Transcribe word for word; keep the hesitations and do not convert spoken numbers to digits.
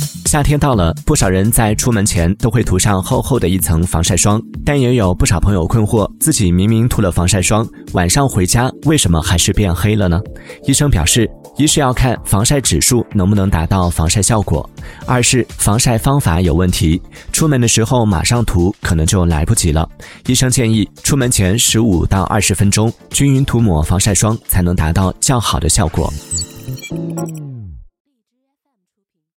夏天到了，不少人在出门前都会涂上厚厚的一层防晒霜，但也有不少朋友困惑，自己明明涂了防晒霜，晚上回家为什么还是变黑了呢？医生表示，一是要看防晒指数能不能达到防晒效果，二是防晒方法有问题，出门的时候马上涂可能就来不及了。医生建议出门前十五到二十分钟均匀涂抹防晒霜，才能达到较好的效果。